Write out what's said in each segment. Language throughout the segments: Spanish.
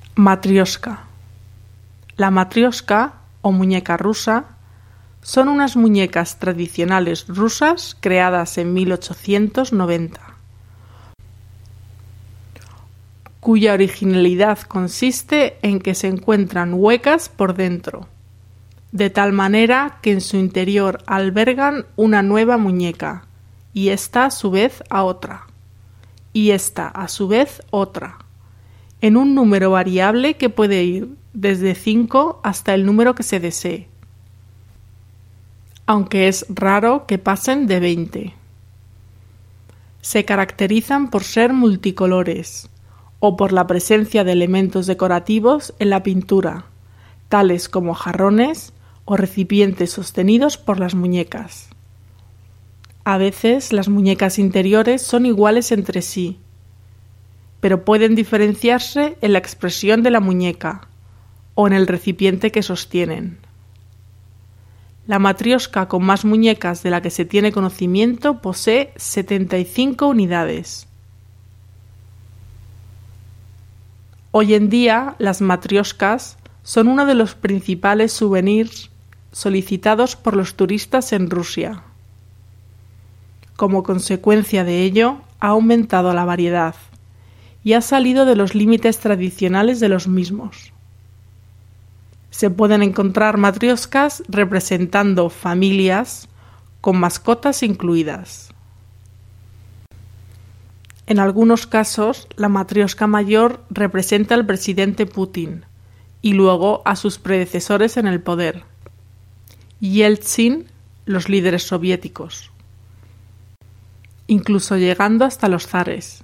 Matrioshka. La matrioshka, o muñeca rusa, son unas muñecas tradicionales rusas creadas en 1890, cuya originalidad consiste en que se encuentran huecas por dentro, de tal manera que en su interior albergan una nueva muñeca, y ésta a su vez a otra, y ésta a su vez otra, en un número variable que puede ir desde 5 hasta el número que se desee, aunque es raro que pasen de 20. Se caracterizan por ser multicolores o por la presencia de elementos decorativos en la pintura, tales como jarrones o recipientes sostenidos por las muñecas. A veces las muñecas interiores son iguales entre sí, pero pueden diferenciarse en la expresión de la muñeca o en el recipiente que sostienen. La matrioshka con más muñecas de la que se tiene conocimiento posee 75 unidades. Hoy en día, las matrioshkas son uno de los principales souvenirs solicitados por los turistas en Rusia. Como consecuencia de ello, ha aumentado la variedad y ha salido de los límites tradicionales de los mismos. Se pueden encontrar matrioshkas representando familias con mascotas incluidas. En algunos casos, la matrioshka mayor representa al presidente Putin y luego a sus predecesores en el poder, Yeltsin, los líderes soviéticos, incluso llegando hasta los zares.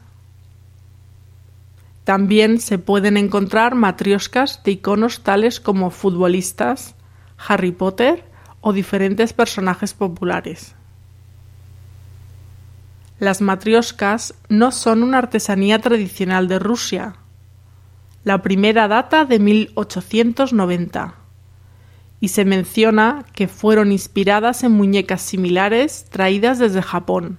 También se pueden encontrar matrioshkas de iconos tales como futbolistas, Harry Potter o diferentes personajes populares. Las matrioshkas no son una artesanía tradicional de Rusia. La primera data de 1890 y se menciona que fueron inspiradas en muñecas similares traídas desde Japón.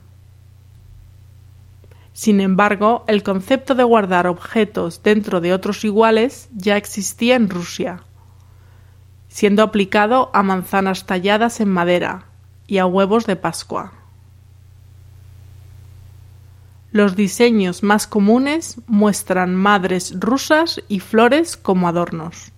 Sin embargo, el concepto de guardar objetos dentro de otros iguales ya existía en Rusia, siendo aplicado a manzanas talladas en madera y a huevos de Pascua. Los diseños más comunes muestran madres rusas y flores como adornos.